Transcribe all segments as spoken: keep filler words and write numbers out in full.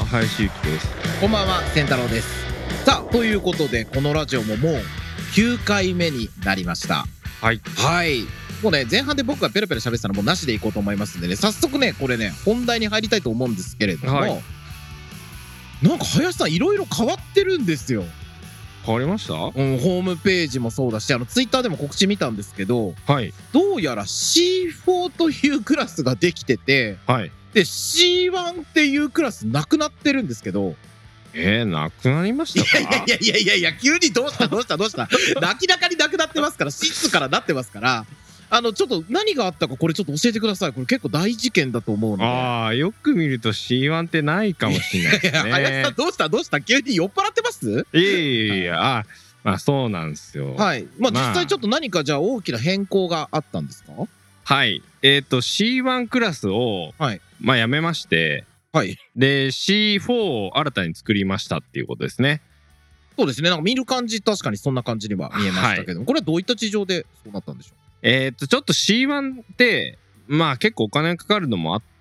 林幸です。 こんばんは、健太郎です。さあ、ということでこのラジオももうきゅうかいめになりました。 はいはいもうね、前半で僕がペラペラ喋ってたのもうなしでいこうと思いますんでね、早速ねこれね本題に入りたいと思うんですけれども、はい、なんか林さんいろいろ変わってるんですよ。 変わりました？うん、ホームページもそうだし、あのツイッターでも告知見たんですけど、 はい、 どうやら シーフォー というクラスができてて、はい、で シーワン っていうクラスなくなってるんですけど、 えー、なくなりましたか？ いやいやいやいや急にどうしたどうしたどうした明らかになくなってますから、シーツからなってますから、あのちょっと何があったかこれちょっと教えてください。これ結構大事件だと思うので。 ああ、よく見ると シーワン ってないかもしれないですね。いやいや林さんどうしたどうした急に酔っ払ってます？ いやいやいや、はい、あまあそうなんですよ。 はい、まあ実際ちょっと何かじゃあ大きな変更があったんですか？ はいえっ、ー、と シーワン クラスを、はい、まあやめまして、はい、で シーフォー を新たに作りましたっていうことですね。 そうですね、なんか見る感じ確かにそんな感じには見えましたけど、はい、これはどういった事情でそうなったんでしょう？ えー、っとちょっと シーワン ってまあ結構お金がかかるのもあって、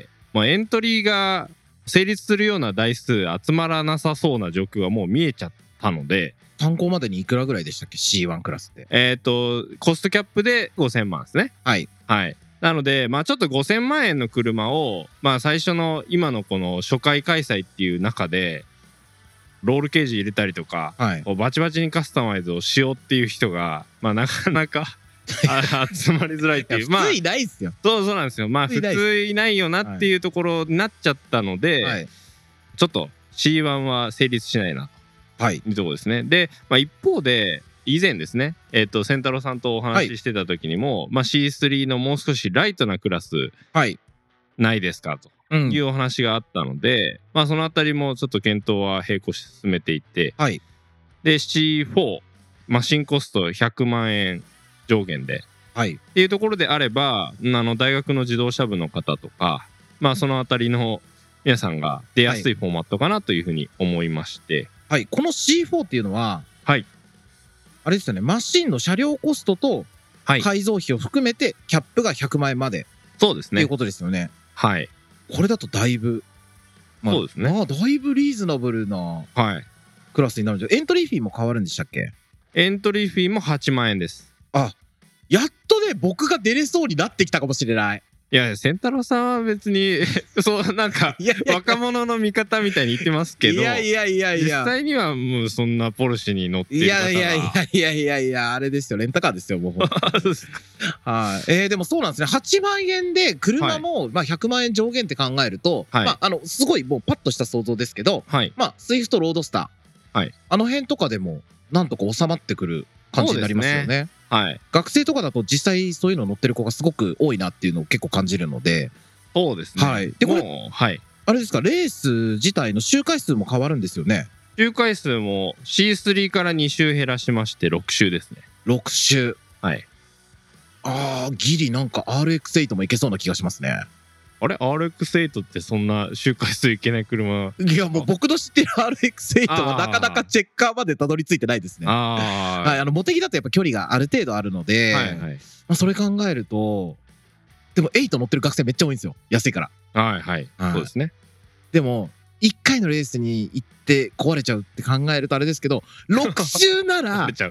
まあ、エントリーが成立するような台数集まらなさそうな状況がもう見えちゃったので、 参考までにいくらぐらいでしたっけ シーワン クラスって？ えー、っとコストキャップでごせんまんですね。はいはいなので、まあ、ちょっとごせんまんえんの車を、まあ、最初の今のこの初回開催っていう中でロールケージ入れたりとか、はい、バチバチにカスタマイズをしようっていう人が、まあ、なかなか集まりづらいっていう。 普通いないっすよ。 そうそうなんですよ。まあ普通いないよなっていうところになっちゃったので、はい、ちょっと シーワン は成立しないなというところですね。はい、で、まあ、一方で以前ですね、えっと仙太郎さんとお話ししてた時にも、はい、まあ、シースリー のもう少しライトなクラスないですかというお話があったので、うん、まあそのあたりもちょっと検討は並行して進めていて、はい、で シーフォー マシンコストひゃくまんえん上限で、はい、っていうところであれば、あの大学の自動車部の方とか、まあそのあたりの皆さんが出やすいフォーマットかなというふうに思いまして、 はい、この シーフォー っていうのは、はい、あれですよね、マシンの車両コストと改造費を含めてキャップがひゃくまんえんまで、そうですね、っていうことですよね。はい、これだとだいぶ、まあ、そうですね、まあだいぶリーズナブルなクラスになるんじゃ、エントリーフィーも変わるんでしたっけ？ エントリーフィーもはちまんえんです。 あ、やっとね僕が出れそうになってきたかもしれない。 いや仙太郎さんは別にそうなんか若者の味方みたいに言ってますけど、いやいやいやいや実際にはもうそんなポルシェに乗ってる方が、いやいやいやいやいやいやあれですよ、レンタカーですよもう。はい、えー、でもそうなんですね。はちまんえんで車も、はい、まあひゃくまんえん上限って考えると、はい、まああのすごいもうパッとした想像ですけど、はい、まあスイフトロードスター、はい、あの辺とかでもなんとか収まってくる感じになりますよね。はい、学生とかだと実際そういうの乗ってる子がすごく多いなっていうのを結構感じるので。 そうですね。はい、でこれ、はい、 あれですか、レース自体の周回数も変わるんですよね？ 周回数も シースリー からに周減らしましてろく周ですね。 ろく周。はい。あーギリなんか アールエックスエイト もいけそうな気がしますね。 あれ アールエックスエイト ってそんな周回数いけない車？ いやもう僕の知ってる アールエックスエイト はなかなかチェッカーまでたどり着いてないですね。あ、はい、あのモテギだとやっぱ距離がある程度あるので、はいはい、まあ、それ考えるとでもはち乗ってる学生めっちゃ多いんですよ、安いから。はいはい、はい、そうですね。でもいっかいのレースに行って壊れちゃうって考えるとあれですけど、ろく周なら、はい、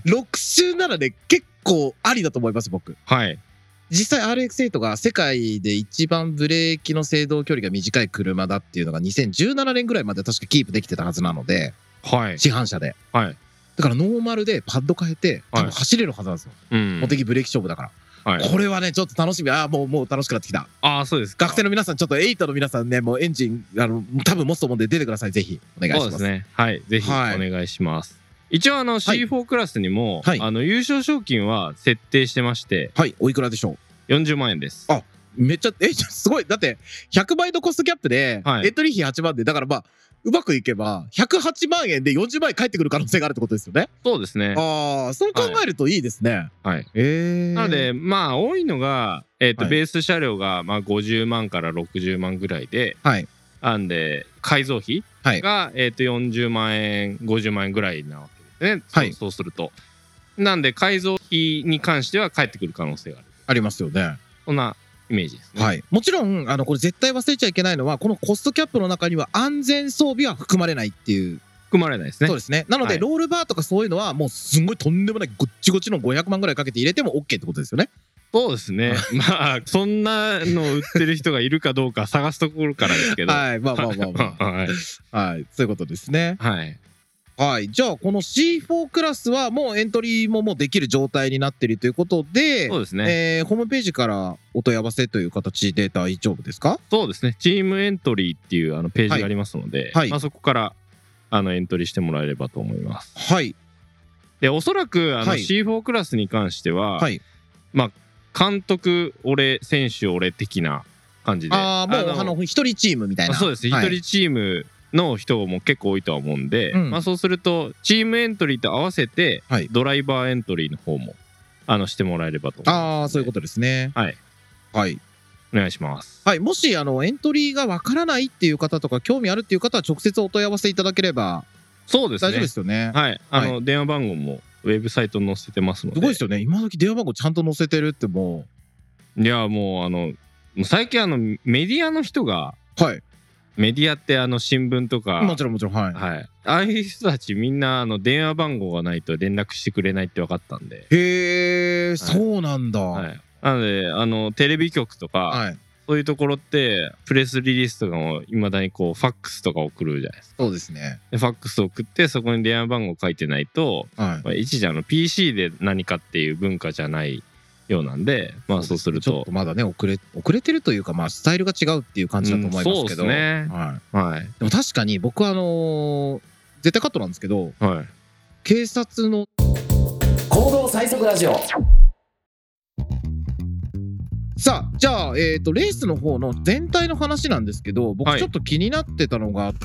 ろく周ならね結構ありだと思います僕。はい、実際 アールエックスエイト が世界で一番ブレーキの制動距離が短い車だっていうのがにせんじゅうななねんぐらいまで確かキープできてたはずなので、はい、市販車で、はい、だからノーマルでパッド変えて多分走れるはずなんですよ、はい、モテギブレーキ勝負だから。はい、これはねちょっと楽しみ。ああもうもう楽しくなってきた。ああそうですか。学生の皆さんちょっとはちの皆さんね、もうエンジンあの多分持つと思うんで出てください。ぜひお願いします。そうですね、はいぜひお願いします。はい、一応あの シーフォー クラスにも、はい、あの優勝賞金は設定してまして、はい、おいくらでしょう？よんじゅうまんえんです。あ、めっちゃえすごい。だってひゃくばいのコストキャップで、はい、エントリー費はちまんで、だからまあうまくいけばひゃくはちまんえんでよんじゅうまんえん返ってくる可能性があるってことですよね。そうですね。ああそう考えるといいですね。はい、えー、なのでまあ多いのが、えーとはい、ベース車両がまあごじゅうまんからろくじゅうまんぐらいで、はい、なんで改造費が、はい、えーとよんじゅうまんえんごじゅうまんえんぐらいなわけですね。はい、そうするとなんで改造費に関しては返ってくる可能性がある。ありますよね。そんなイメージですね。 はい、もちろんあのこれ絶対忘れちゃいけないのは、このコストキャップの中には安全装備は含まれないっていう。 含まれないですね。 そうですね。なので、はい、ロールバーとかそういうのはもうすごいとんでもないごっちごちのごひゃくまんぐらいかけて入れても OK ってことですよね。 そうですね。まあそんなの売ってる人がいるかどうか探すところからですけどはい、まあまあまあまあはい、はい、そういうことですね。 はいはい、じゃあこの シーフォー クラスはもうエントリーももうできる状態になっているということで、 そうですね、 えー、ホームページからお問い合わせという形で大丈夫ですか？ そうですね。チームエントリーっていうあのページがありますので、はいはい、まあ、そこからあのエントリーしてもらえればと思います。 はい。 でおそらくあの シーフォー クラスに関しては、はい、まあ監督俺選手俺的な感じで、 ああもうあの一人チームみたいな。 そうです、一、はい、人チームの人も結構多いとは思うんで、うん、まあそうするとチームエントリーと合わせて、はい、ドライバーエントリーの方もあのしてもらえればと思います。 ああそういうことですね。 はいはいお願いします。 はい、もしあのエントリーがわからないっていう方とか興味あるっていう方は直接お問い合わせいただければ。 そうですね、 大丈夫ですよね。 はい、あの、はい、電話番号もウェブサイトに載せてますので。 すごいですよね。今時電話番号ちゃんと載せてるってもう。いやもうあの最近あのメディアの人が、 はい、 メディアってあの新聞とかもちろんもちろんはい、 はい、ああいう人たちみんなあの電話番号がないと連絡してくれないって分かったんで。 へえ、はい、そうなんだ。 はい、なのであのテレビ局とか、はい、そういうところってプレスリリースとかもいまだにこうファックスとか送るじゃないですか。 そうですね。 でファックス送ってそこに電話番号書いてないと、はいまあ、一時あの ピーシー で何かっていう文化じゃないようなんで、まあそうするとちょっとまだね遅れ遅れてるというか、まあスタイルが違うっていう感じだと思いますけど、うん、そうですね。 はい、はい、でも確かに僕はあのー、絶対カットなんですけど、はい、警察の行動最速ラジオ。さあじゃあ、えーと、レースの方の全体の話なんですけど、僕ちょっと気になってたのがあって、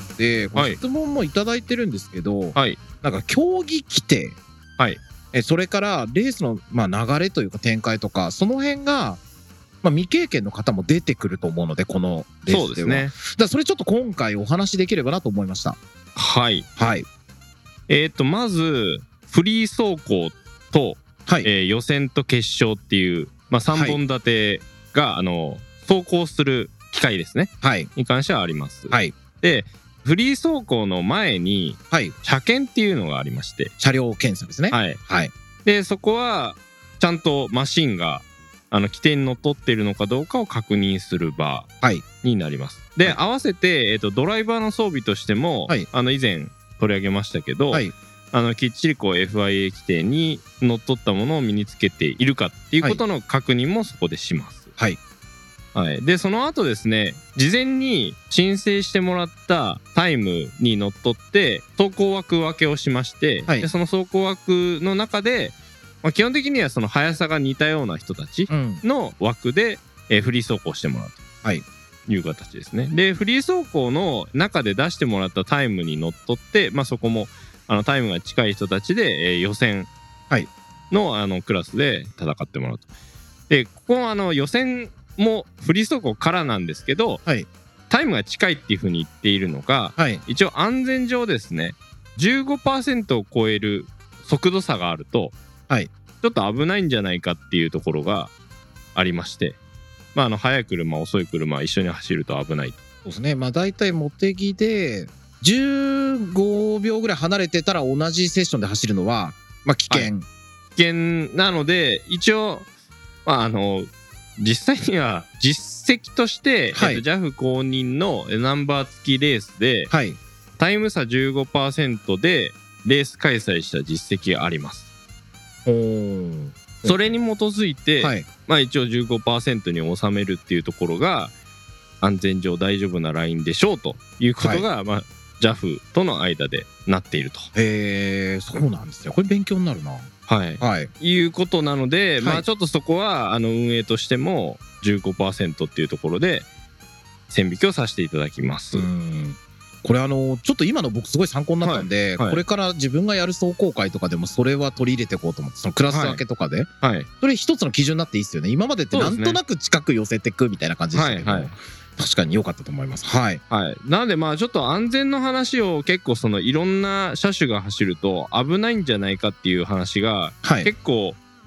はい、質問もいただいてるんですけど、はい、なんか競技規定、はい、えそれからレースの、まあ、流れというか展開とかその辺が、まあ、未経験の方も出てくると思うのでこのレースでは。そうですね。だからそれちょっと今回お話できればなと思いました。 はい、 はい、 えーとまずフリー走行と、はいえー、予選と決勝っていうまあ、さんぼん立てが、はい、あの走行する機会ですね、はい、に関してはあります、はい、でフリー走行の前に、はい、車検っていうのがありまして、 車両検査ですね、 はいはい、でそこはちゃんとマシンがあの規定にのっとっているのかどうかを確認する場になります、はい、で、はい、合わせて、えーと、ドライバーの装備としても、はい、あの以前取り上げましたけど、はいあのきっちりこう エフアイエー 規定にのっとったものを身につけているかっていうことの確認もそこでします。はい、はい、でその後ですね事前に申請してもらったタイムにのっとって走行枠分けをしまして、はい、でその走行枠の中で、まあ、基本的にはその速さが似たような人たちの枠で、うんえー、フリー走行してもらうと。はいいう形ですね。でフリー走行の中で出してもらったタイムにのっとって、まあ、そこもあのタイムが近い人たちで、えー、予選の、はい、あのクラスで戦ってもらうと。でここはあの予選もフリー走行からなんですけど、はい、タイムが近いっていうふうに言っているのが、はい、一応安全上ですね じゅうごパーセント を超える速度差があると、はい、ちょっと危ないんじゃないかっていうところがありまして、まあ、あの速い車遅い車一緒に走ると危ない。 そうですね。まあだいたい茂木でじゅうごびょうぐらい離れてたら同じセッションで走るのは、まあ、危険、はい、 危険なので一応、まあ、あの実際には実績として、はいえっと、ジャフ 公認のナンバー付きレースで、はい、タイム差 じゅうごパーセント でレース開催した実績があります。おそれに基づいて、はいまあ、一応 じゅうごパーセント に収めるっていうところが安全上大丈夫なラインでしょうということが、はいまあ、ジャフ との間でなっていると。 へえ、そうなんですね。これ勉強になるな。 はい、はい、いうことなので、はい、まあちょっとそこはあの運営としても じゅうごパーセント っていうところで線引きをさせていただきます。 うんこれあのちょっと今の僕すごい参考になったんで、はいはい、これから自分がやる壮行会とかでもそれは取り入れていこうと思って、そのクラス分けとかで、はいはい、それ一つの基準になっていいですよね。今までってなんとなく近く寄せていくみたいな感じでしたけど、はいはい、確かに良かったと思います。はい、 はい、なのでまあちょっと安全の話を結構そのいろんな車種が走ると危ないんじゃないかっていう話が結構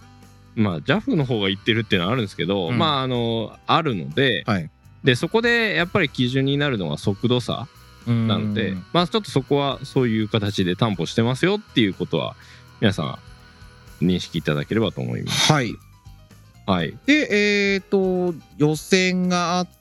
まあ ジャフ の方が言ってるっていうのはあるんですけど、うん、まああのあるので、はい、でそこでやっぱり基準になるのは速度差なので、まあちょっとそこはそういう形で担保してますよっていうことは皆さん認識いただければと思います。 はい。 はい。 で、えっと予選があって、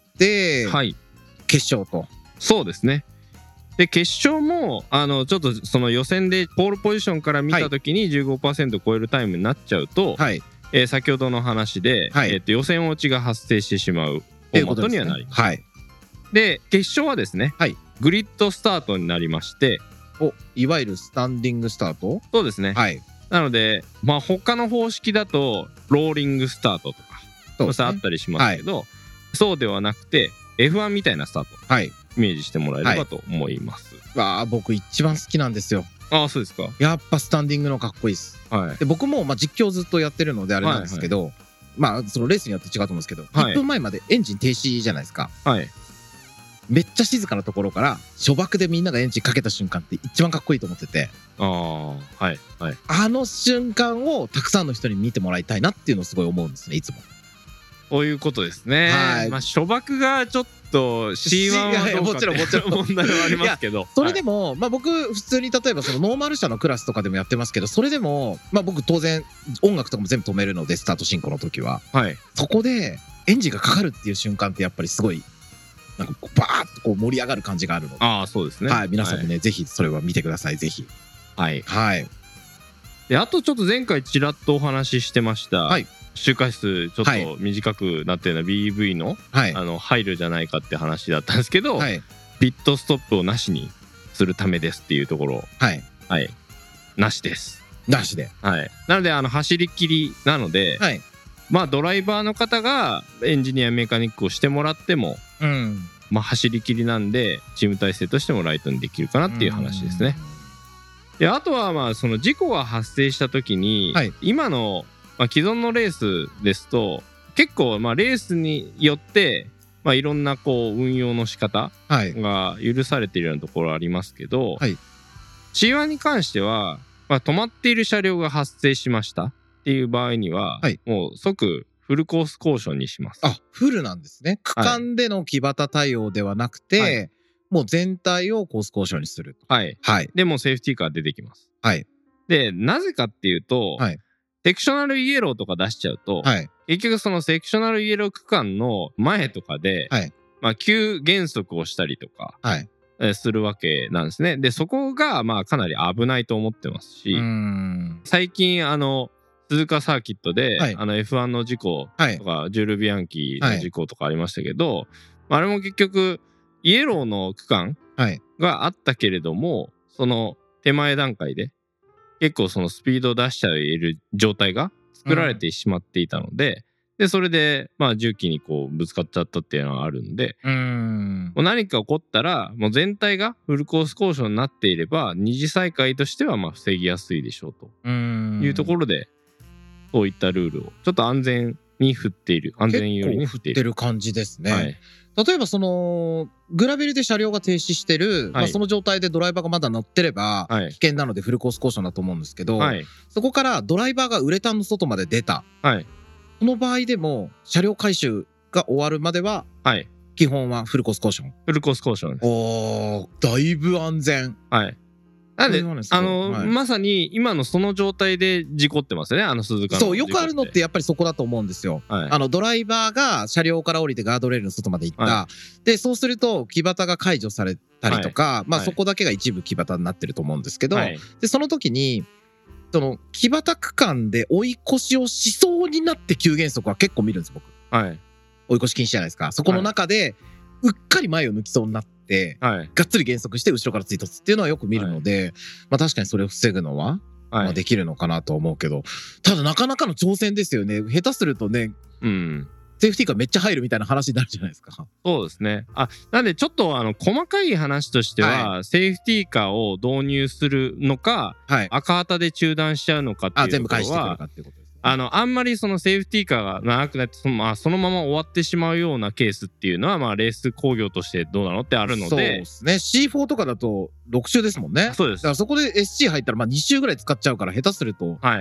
はい、決勝と。 そうですね。で決勝もあのちょっとその予選でポールポジションから見た時に じゅうごパーセント 超えるタイムになっちゃうと、はい、えー、先ほどの話で、はい、えー、と予選落ちが発生してしまうフォーマットにはなります。はい、で決勝はですね、はい、グリッドスタートになりまして、 おいわゆるスタンディングスタート。 そうですね、はい、なので、まあ、他の方式だとローリングスタートとかそうですね、あったりしますけど、はい、そうではなくて エフワン みたいなスタート、はい、イメージしてもらえればと思います。 はい、わあ僕一番好きなんですよ。 ああそうですか。 やっぱスタンディングのかっこいいです。はい、で僕もまあ実況ずっとやってるのであれなんですけど、はいはい、まあそのレースによって違うと思うんですけど、はい、いっぷんまえまでエンジン停止じゃないですか。はい、めっちゃ静かなところから初爆でみんながエンジンかけた瞬間って一番かっこいいと思ってて、ああはいはい、あの瞬間をたくさんの人に見てもらいたいなっていうのをすごい思うんですね、いつも。 そういうことですね。はい、まあ初爆がちょっと シーワン はどうかって問題はありますけど、 それでも、はい、まあ僕普通に例えばそのノーマル車のクラスとかでもやってますけど、それでもまあ僕当然音楽とかも全部止めるのでスタート進行の時は、はい、そこでエンジンがかかるっていう瞬間ってやっぱりすごいなんかバーッとこう盛り上がる感じがあるので、 ああそうですね、 はい、皆さんもね、はい、ぜひそれは見てください、ぜひ。はいはい。 であとちょっと前回ちらっとお話ししてました、はい、周回数ちょっと短くなったような ビーブイ の、はい、あの配慮じゃないかって話だったんですけど、はい、ピットストップをなしにするためですっていうところ、はい、はい、なしです。 なしで、 はい、なのであの走りきりなので、はい、まあドライバーの方がエンジニアメカニックをしてもらっても、うん、まあ走りきりなんでチーム体制としてもライトにできるかなっていう話ですね。であとはまあその事故が発生した時に、はい、今のまあ既存のレースですと結構まあレースによってまあいろんなこう運用の仕方が許されているようなところありますけど、はい、シーワン に関しては、まあ、止まっている車両が発生しましたっていう場合には、はい、もう即フルコースコーションにします。 あ、フルなんですね。区間での木端対応ではなくて、はい、もう全体をコースコーションにする。 はい。はい。でもセーフティーカー出てきます。はい。で、なぜかっていうと、はい、セクショナルイエローとか出しちゃうと、はい、結局そのセクショナルイエロー区間の前とかで、はい、まあ急減速をしたりとか、はい、えするわけなんですね。で、そこがまあかなり危ないと思ってますし、うーん最近あの、鈴鹿サーキットで、はい、あの エフワン の事故とか、はい、ジュール・ビアンキの事故とかありましたけど、はい、あれも結局イエローの区間があったけれども、はい、その手前段階で結構そのスピードを出しちゃえる状態が作られてしまっていたので、うん、でそれでまあ重機にこうぶつかっちゃったっていうのがあるんで、うーんもう何か起こったらもう全体がフルコースコーションになっていれば二次再開としてはまあ防ぎやすいでしょうというところで、そういったルールをちょっと安全に振っている、安全よりに振っている。 結構振ってる感じですね。はい、例えばそのグラベルで車両が停止してる、はいまあ、その状態でドライバーがまだ乗ってれば危険なのでフルコースコーションだと思うんですけど、はい、そこからドライバーがウレタンの外まで出た、はい、この場合でも車両回収が終わるまでは、はい、基本はフルコースコーション。 フルコースコーションです。 おー、だいぶ安全。はい。 なんで、あの、はい、まさに今のその状態で事故ってますよね、あの鈴鹿の。 そう、よくあるのってやっぱりそこだと思うんですよ。はい、あの、ドライバーが車両から降りてガードレールの外まで行った。はい、で、そうすると木端が解除されたりとか、はい、まあそこだけが一部木端になってると思うんですけど、はい、で、その時に、その木端区間で追い越しをしそうになって急減速は結構見るんです、僕。はい。追い越し禁止じゃないですか。そこの中で、うっかり前を抜きそうになって、はい、がっつり減速して後ろから追突っていうのはよく見るので、はい、まあ確かにそれを防ぐのは、はい、まあできるのかなと思うけど、ただなかなかの挑戦ですよね。下手するとね、うん、セーフティーカーめっちゃ入るみたいな話になるじゃないですか。 そうですね。あ、なんでちょっとあの細かい話としては、はい、セーフティーカーを導入するのか、はい、赤旗で中断しちゃうのかっていうところは、あ、全部返してくるかっていうことです。あのあんまりそのセーフティーカーが長くなってその、まあ、そのまま終わってしまうようなケースっていうのは、まあ、レース工業としてどうなのってあるので、そうですね。シーフォー とかだとろく周ですもんね。 そうです。 だからそこで エスシー 入ったらまあに周ぐらい使っちゃうから下手すると、はい、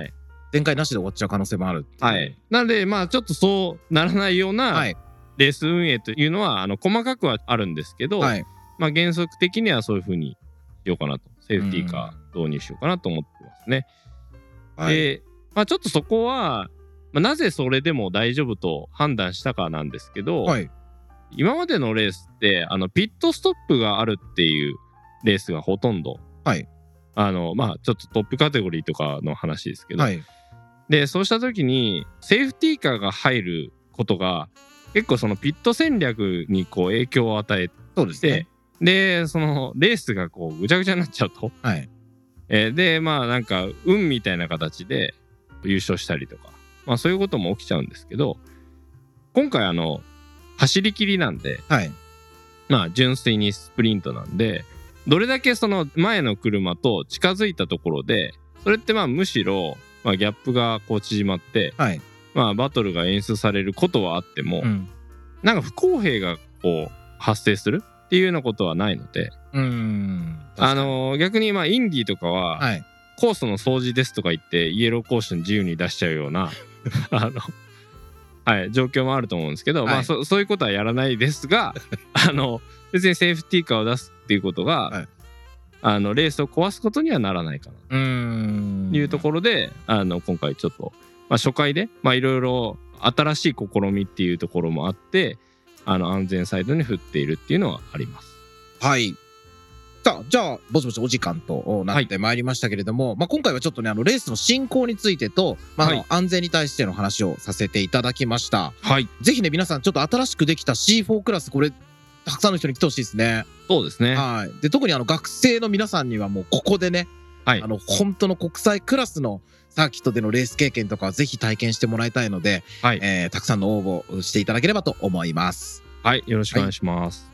展開なしで終わっちゃう可能性もある。 はい。なのでまあちょっとそうならないようなレース運営というのはあの細かくはあるんですけど、はい、まあ原則的にはそういう風にしようかなと、セーフティーカー導入しようかなと思ってますね。はい、で、まあちょっとそこは、まあ、なぜそれでも大丈夫と判断したかなんですけど、はい、今までのレースってあのピットストップがあるっていうレースがほとんど、はい、あのまあちょっとトップカテゴリーとかの話ですけど、はい、でそうした時にセーフティーカーが入ることが結構そのピット戦略にこう影響を与えて、そうですね、でそのレースがこうぐちゃぐちゃになっちゃうと、はい、えー、でまあなんか運みたいな形で優勝したりとか、まあそういうことも起きちゃうんですけど、今回あの走り切りなんで、はい、まあ純粋にスプリントなんで、どれだけその前の車と近づいたところで、それってまあむしろまあギャップがこう縮まって、はい、まあバトルが演出されることはあっても、うん、なんか不公平がこう発生するっていうようなことはないので、うーん、あのー、逆にまあインディーとかは、はい、コースの掃除ですとか言ってイエローコーション自由に出しちゃうようなあの、はい、状況もあると思うんですけど、はい、まあ そ, そういうことはやらないですがあの別にセーフティーカーを出すっていうことが、はい、あのレースを壊すことにはならないかなというところで、あの今回ちょっと、まあ、初回でいろいろ新しい試みっていうところもあって、あの安全サイドに振っているっていうのはあります。 はい。さあじゃあぼちぼちお時間となってまいりましたけれども、はい、まあ、今回はちょっとねあのレースの進行についてと、まあ、はい、安全に対しての話をさせていただきました。はい、ぜひね皆さんちょっと新しくできた シーフォー クラス、これたくさんの人に来てほしいですね。 そうですね。 はい。で特にあの学生の皆さんにはもうここでね、はい、あの本当の国際クラスのサーキットでのレース経験とかはぜひ体験してもらいたいので、はい、えー、たくさんの応募していただければと思います。 はい、よろしくお願いします。はい、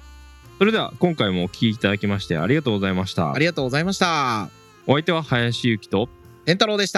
それでは今回もお聞きいただきましてありがとうございました。 ありがとうございました。 お相手は林ゆきと健太郎でした。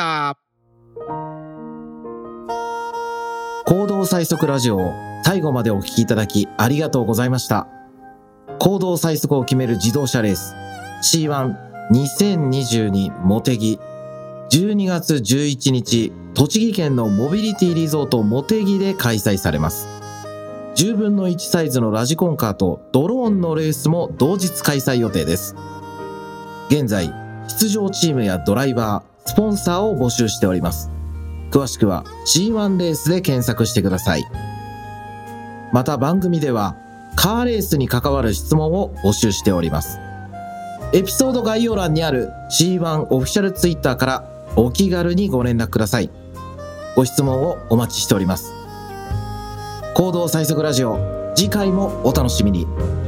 行動最速ラジオを最後までお聞きいただきありがとうございました。行動最速を決める自動車レース シーワンにせんにじゅうに モテギ、じゅうにがつじゅういちにち栃木県のモビリティリゾートモテギで開催されます。じゅうぶんのいちサイズのラジコンカーとドローンのレースも同日開催予定です。現在出場チームやドライバー、スポンサーを募集しております。詳しくは シーワン レースで検索してください。また番組ではカーレースに関わる質問を募集しております。エピソード概要欄にある シーワン オフィシャルツイッターからお気軽にご連絡ください。ご質問をお待ちしております。行動最速ラジオ、次回もお楽しみに。